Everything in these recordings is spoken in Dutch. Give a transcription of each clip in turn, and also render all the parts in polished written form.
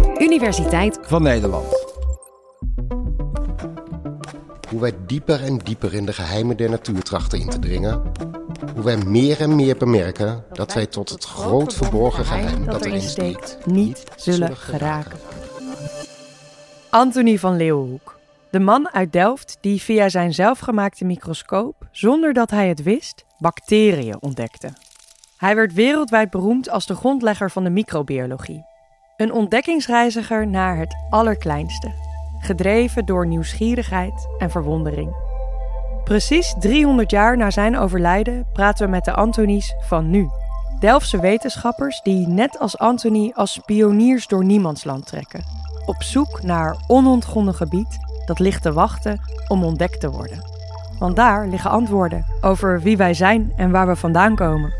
Universiteit van Nederland. Hoe wij dieper en dieper in de geheimen der natuur trachten in te dringen. Hoe wij meer en meer bemerken dat wij tot het groot verborgen geheim dat erin steekt niet zullen geraken. Anthonie van Leeuwenhoek. De man uit Delft die via zijn zelfgemaakte microscoop, zonder dat hij het wist, bacteriën ontdekte. Hij werd wereldwijd beroemd als de grondlegger van de microbiologie. Een ontdekkingsreiziger naar het allerkleinste, gedreven door nieuwsgierigheid en verwondering. Precies 300 jaar na zijn overlijden praten we met de Anthonies van nu. Delftse wetenschappers die net als Anthonie als pioniers door niemandsland trekken. Op zoek naar onontgonnen gebied dat ligt te wachten om ontdekt te worden. Want daar liggen antwoorden over wie wij zijn en waar we vandaan komen.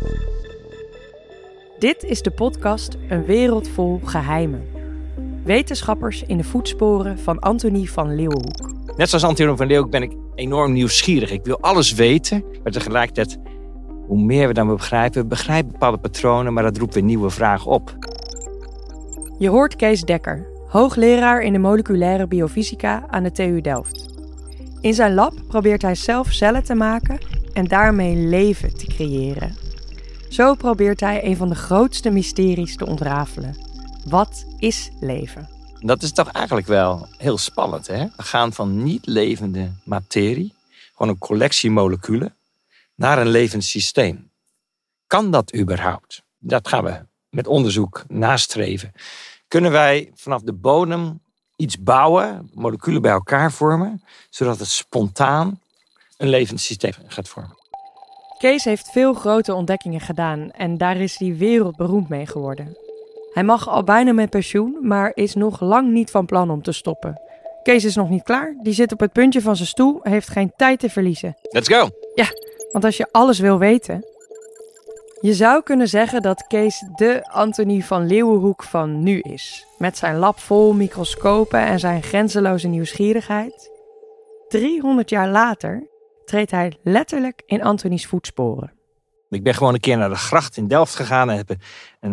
Dit is de podcast Een wereld vol geheimen. Wetenschappers in de voetsporen van Anthonie van Leeuwenhoek. Net zoals Anthonie van Leeuwenhoek ben ik enorm nieuwsgierig. Ik wil alles weten, maar tegelijkertijd, hoe meer we dan begrijpen, we begrijpen bepaalde patronen, maar dat roept weer nieuwe vragen op. Je hoort Kees Dekker, hoogleraar in de moleculaire biofysica aan de TU Delft. In zijn lab probeert hij zelf cellen te maken en daarmee leven te creëren. Zo probeert hij een van de grootste mysteries te ontrafelen. Wat is leven? Dat is toch eigenlijk wel heel spannend, hè? We gaan van niet-levende materie, gewoon een collectie moleculen, naar een levend systeem. Kan dat überhaupt? Dat gaan we met onderzoek nastreven. Kunnen wij vanaf de bodem iets bouwen, moleculen bij elkaar vormen, zodat het spontaan een levend systeem gaat vormen? Kees heeft veel grote ontdekkingen gedaan en daar is hij wereldberoemd mee geworden. Hij mag al bijna met pensioen, maar is nog lang niet van plan om te stoppen. Kees is nog niet klaar, die zit op het puntje van zijn stoel, heeft geen tijd te verliezen. Let's go! Ja, want als je alles wil weten... Je zou kunnen zeggen dat Kees de Anthonie van Leeuwenhoek van nu is. Met zijn lab vol microscopen en zijn grenzeloze nieuwsgierigheid. 300 jaar later treedt hij letterlijk in Anthonies voetsporen. Ik ben gewoon een keer naar de gracht in Delft gegaan en heb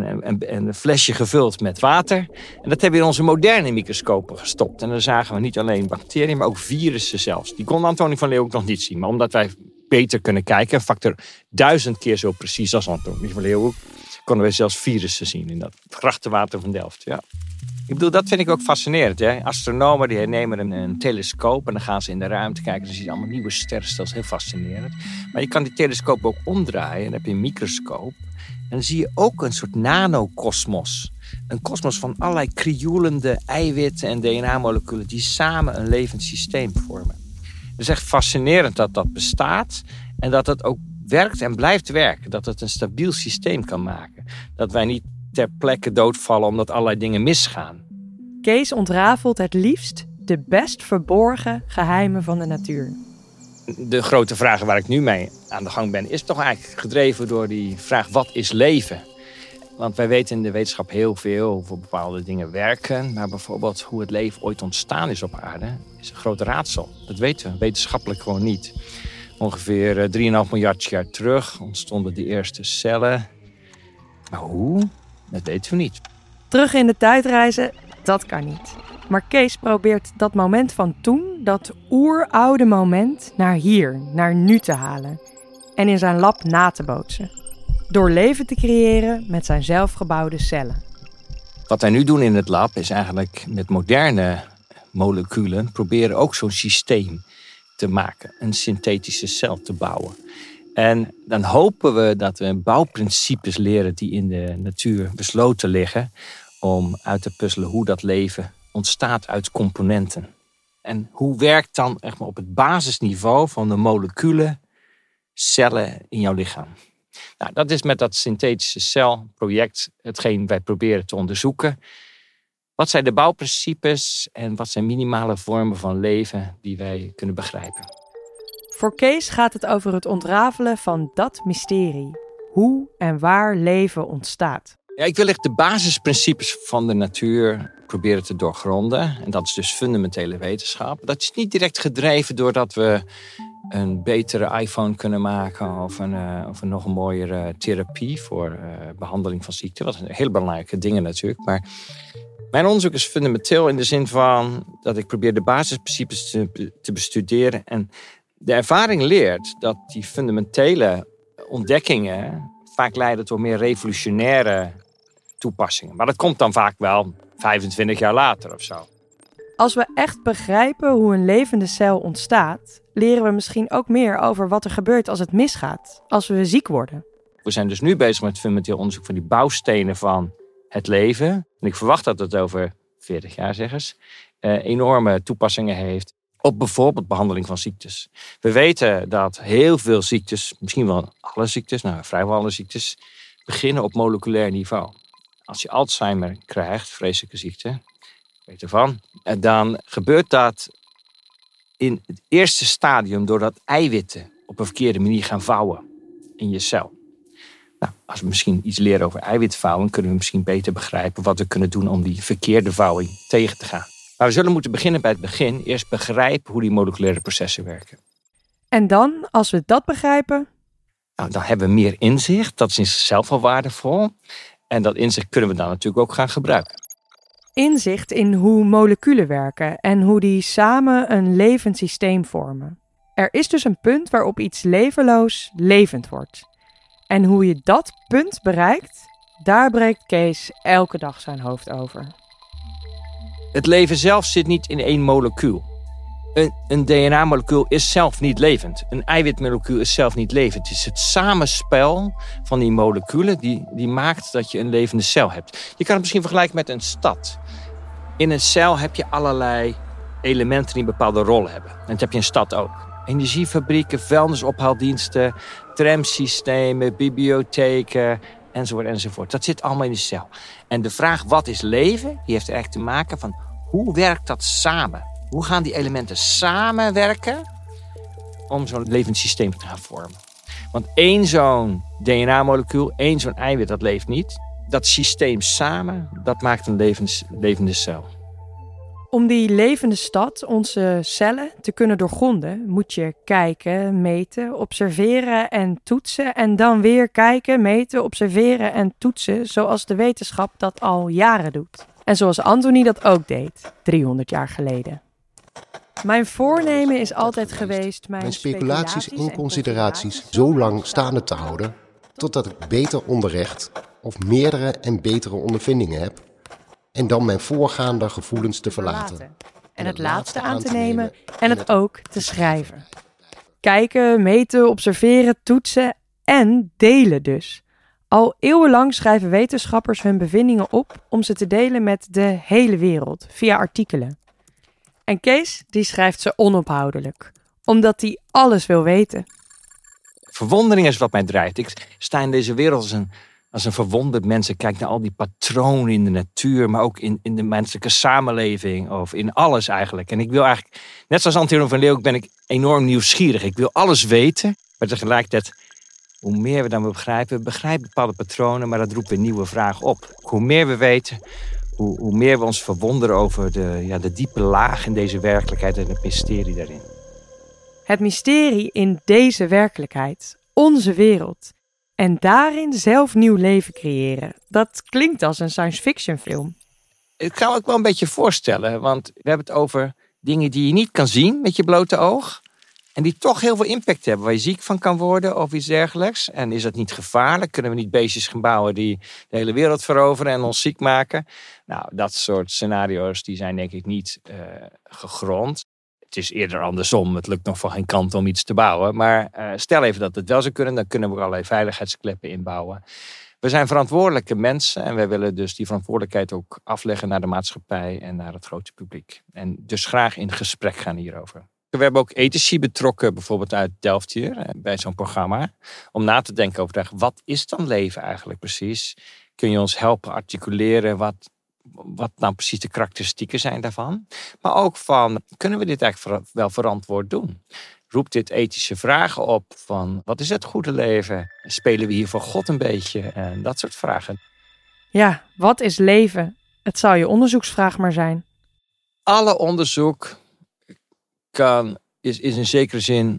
een flesje gevuld met water. En dat hebben we in onze moderne microscopen gestopt. En dan zagen we niet alleen bacteriën, maar ook virussen zelfs. Die kon Anthonie van Leeuwenhoek nog niet zien. Maar omdat wij beter kunnen kijken, een factor 1000 keer zo precies als Anthonie van Leeuwenhoek, konden we zelfs virussen zien in dat grachtenwater van Delft. Ja. Ik bedoel, dat vind ik ook fascinerend. Hè? Astronomen die nemen een telescoop en dan gaan ze in de ruimte kijken. Dan zie je allemaal nieuwe sterrenstelsels, heel fascinerend. Maar je kan die telescoop ook omdraaien en dan heb je een microscoop. En dan zie je ook een soort nanokosmos. Een kosmos van allerlei krioelende eiwitten en DNA-moleculen die samen een levend systeem vormen. Het is echt fascinerend dat dat bestaat en dat het ook werkt en blijft werken. Dat het een stabiel systeem kan maken. Dat wij niet ter plekke doodvallen omdat allerlei dingen misgaan. Kees ontrafelt het liefst de best verborgen geheimen van de natuur. De grote vraag waar ik nu mee aan de gang ben, is toch eigenlijk gedreven door die vraag: wat is leven? Want wij weten in de wetenschap heel veel hoe bepaalde dingen werken. Maar bijvoorbeeld hoe het leven ooit ontstaan is op aarde, is een groot raadsel. Dat weten we wetenschappelijk gewoon niet. Ongeveer 3,5 miljard jaar terug ontstonden de eerste cellen. Maar hoe? Dat weten we niet. Terug in de tijd reizen, dat kan niet. Maar Kees probeert dat moment van toen, dat oeroude moment, naar hier, naar nu te halen. En in zijn lab na te bootsen. Door leven te creëren met zijn zelfgebouwde cellen. Wat wij nu doen in het lab is eigenlijk met moderne moleculen proberen ook zo'n systeem te maken. Een synthetische cel te bouwen. En dan hopen we dat we bouwprincipes leren die in de natuur besloten liggen, om uit te puzzelen hoe dat leven ontstaat uit componenten. En hoe werkt dan echt maar op het basisniveau van de moleculen cellen in jouw lichaam? Nou, dat is met dat synthetische celproject hetgeen wij proberen te onderzoeken. Wat zijn de bouwprincipes en wat zijn minimale vormen van leven die wij kunnen begrijpen? Voor Kees gaat het over het ontrafelen van dat mysterie. Hoe en waar leven ontstaat. Ja, ik wil echt de basisprincipes van de natuur proberen te doorgronden. En dat is dus fundamentele wetenschap. Dat is niet direct gedreven doordat we een betere iPhone kunnen maken of een nog een mooiere therapie voor behandeling van ziekte. Dat zijn hele belangrijke dingen natuurlijk. Maar Mijn onderzoek is fundamenteel in de zin van dat ik probeer de basisprincipes te bestuderen. En de ervaring leert dat die fundamentele ontdekkingen vaak leiden tot meer revolutionaire toepassingen. Maar dat komt dan vaak wel 25 jaar later of zo. Als we echt begrijpen hoe een levende cel ontstaat, leren we misschien ook meer over wat er gebeurt als het misgaat, als we ziek worden. We zijn dus nu bezig met fundamenteel onderzoek van die bouwstenen van het leven. En ik verwacht dat het over 40 jaar, enorme toepassingen heeft op bijvoorbeeld behandeling van ziektes. We weten dat heel veel ziektes, misschien wel alle ziektes, vrijwel alle ziektes, beginnen op moleculair niveau. Als je Alzheimer krijgt, vreselijke ziekte, weet ervan, dan gebeurt dat in het eerste stadium doordat eiwitten op een verkeerde manier gaan vouwen in je cel. Nou, als we misschien iets leren over eiwitvouwing, kunnen we misschien beter begrijpen wat we kunnen doen om die verkeerde vouwing tegen te gaan. Maar we zullen moeten beginnen bij het begin. Eerst begrijpen hoe die moleculaire processen werken. En dan, als we dat begrijpen? Nou, dan hebben we meer inzicht. Dat is in zichzelf al waardevol. En dat inzicht kunnen we dan natuurlijk ook gaan gebruiken. Inzicht in hoe moleculen werken en hoe die samen een levend systeem vormen. Er is dus een punt waarop iets levenloos levend wordt. En hoe je dat punt bereikt, daar breekt Kees elke dag zijn hoofd over. Het leven zelf zit niet in één molecuul. Een DNA-molecuul is zelf niet levend. Een eiwitmolecuul is zelf niet levend. Het is het samenspel van die moleculen die maakt dat je een levende cel hebt. Je kan het misschien vergelijken met een stad. In een cel heb je allerlei elementen die een bepaalde rol hebben. En dat heb je in een stad ook. Energiefabrieken, vuilnisophaaldiensten, tramsystemen, bibliotheken, enzovoort. Dat zit allemaal in de cel. En de vraag wat is leven, die heeft er eigenlijk te maken van hoe werkt dat samen? Hoe gaan die elementen samenwerken om zo'n levend systeem te gaan vormen? Want één zo'n DNA-molecuul, één zo'n eiwit, dat leeft niet. Dat systeem samen, dat maakt een levende cel. Om die levende stad, onze cellen, te kunnen doorgronden, moet je kijken, meten, observeren en toetsen. En dan weer kijken, meten, observeren en toetsen, zoals de wetenschap dat al jaren doet. En zoals Anthony dat ook deed, 300 jaar geleden. Mijn voornemen is altijd geweest mijn speculaties en consideraties zo lang staande te houden, totdat ik beter onderricht of meerdere en betere ondervindingen heb, en dan mijn voorgaande gevoelens te verlaten. En het laatste aan te nemen en het ook te schrijven. Kijken, meten, observeren, toetsen en delen dus. Al eeuwenlang schrijven wetenschappers hun bevindingen op om ze te delen met de hele wereld via artikelen. En Kees, die schrijft ze onophoudelijk, omdat hij alles wil weten. Verwondering is wat mij drijft. Ik sta in deze wereld als een verwonderd mens. Ik kijk naar al die patronen in de natuur, maar ook in de menselijke samenleving of in alles eigenlijk. En ik wil eigenlijk, net zoals Anthony van Leeuwen, ben ik enorm nieuwsgierig. Ik wil alles weten, maar tegelijkertijd, hoe meer we dan begrijpen bepaalde patronen, maar dat roept weer nieuwe vragen op. Hoe meer we weten, hoe meer we ons verwonderen over de diepe laag in deze werkelijkheid en het mysterie daarin. Het mysterie in deze werkelijkheid, onze wereld. En daarin zelf nieuw leven creëren. Dat klinkt als een science fiction film. Ik kan me ook wel een beetje voorstellen, want we hebben het over dingen die je niet kan zien met je blote oog. En die toch heel veel impact hebben, waar je ziek van kan worden of iets dergelijks. En is dat niet gevaarlijk? Kunnen we niet beestjes gaan bouwen die de hele wereld veroveren en ons ziek maken? Nou, dat soort scenario's die zijn denk ik niet gegrond. Het is eerder andersom. Het lukt nog van geen kant om iets te bouwen. Maar stel even dat het wel zou kunnen, dan kunnen we allerlei veiligheidskleppen inbouwen. We zijn verantwoordelijke mensen en wij willen dus die verantwoordelijkheid ook afleggen naar de maatschappij en naar het grote publiek. En dus graag in gesprek gaan hierover. We hebben ook ethici betrokken, bijvoorbeeld uit Delft hier, bij zo'n programma. Om na te denken over de vraag, wat is dan leven eigenlijk precies? Kun je ons helpen articuleren wat nou precies de karakteristieken zijn daarvan? Maar ook van, kunnen we dit eigenlijk wel verantwoord doen? Roept dit ethische vragen op van, wat is het goede leven? Spelen we hier voor God een beetje? En dat soort vragen. Ja, wat is leven? Het zou je onderzoeksvraag maar zijn. Alle onderzoek is in zekere zin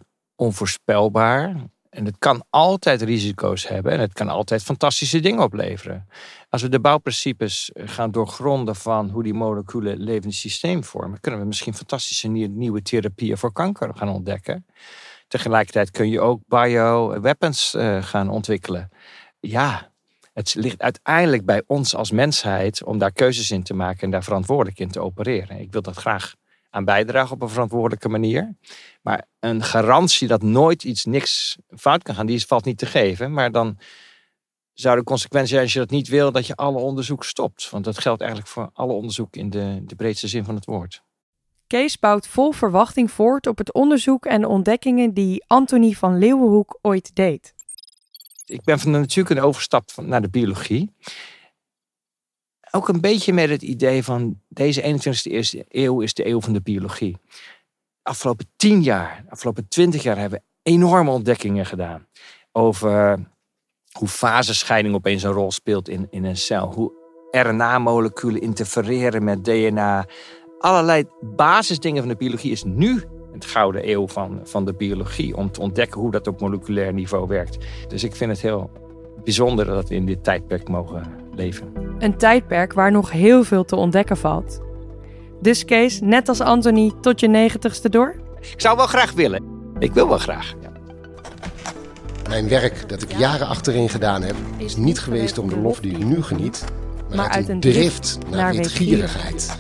onvoorspelbaar. En het kan altijd risico's hebben. En het kan altijd fantastische dingen opleveren. Als we de bouwprincipes gaan doorgronden van hoe die moleculen het levende systeem vormen, kunnen we misschien fantastische nieuwe therapieën voor kanker gaan ontdekken. Tegelijkertijd kun je ook bioweapons gaan ontwikkelen. Ja, het ligt uiteindelijk bij ons als mensheid om daar keuzes in te maken en daar verantwoordelijk in te opereren. Ik wil dat graag aan bijdragen op een verantwoordelijke manier. Maar een garantie dat nooit niks fout kan gaan, die valt niet te geven. Maar dan zou de consequentie zijn, als je dat niet wil, dat je alle onderzoek stopt. Want dat geldt eigenlijk voor alle onderzoek in de breedste zin van het woord. Kees bouwt vol verwachting voort op het onderzoek en de ontdekkingen die Antonie van Leeuwenhoek ooit deed. Ik ben van de natuurkunde overgestapt naar de biologie. Ook een beetje met het idee van deze 21e eeuw is de eeuw van de biologie. De afgelopen 10 jaar, de afgelopen 20 jaar hebben we enorme ontdekkingen gedaan. Over hoe fasescheiding opeens een rol speelt in een cel. Hoe RNA-moleculen interfereren met DNA. Allerlei basisdingen van de biologie is nu het gouden eeuw van de biologie. Om te ontdekken hoe dat op moleculair niveau werkt. Dus ik vind het heel bijzonder dat we in dit tijdperk mogen leven. Een tijdperk waar nog heel veel te ontdekken valt. Dus Kees, net als Antonie, tot je 90ste door? Ik zou wel graag willen. Ik wil wel graag. Ja. Mijn werk dat ik jaren achterin gedaan heb, is niet geweest om de lof die ik nu geniet, maar uit een drift naar weetgierigheid.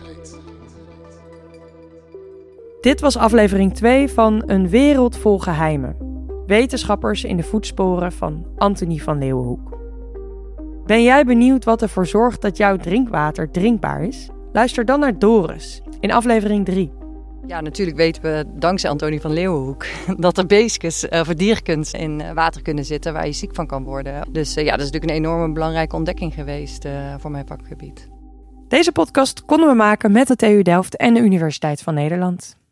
Dit was aflevering 2 van Een wereld vol geheimen. Wetenschappers in de voetsporen van Antonie van Leeuwenhoek. Ben jij benieuwd wat ervoor zorgt dat jouw drinkwater drinkbaar is? Luister dan naar Doris in aflevering 3. Ja, natuurlijk weten we dankzij Antonie van Leeuwenhoek dat er beestjes voor dierkunst in water kunnen zitten waar je ziek van kan worden. Dus dat is natuurlijk een enorme belangrijke ontdekking geweest voor mijn vakgebied. Deze podcast konden we maken met de TU Delft en de Universiteit van Nederland.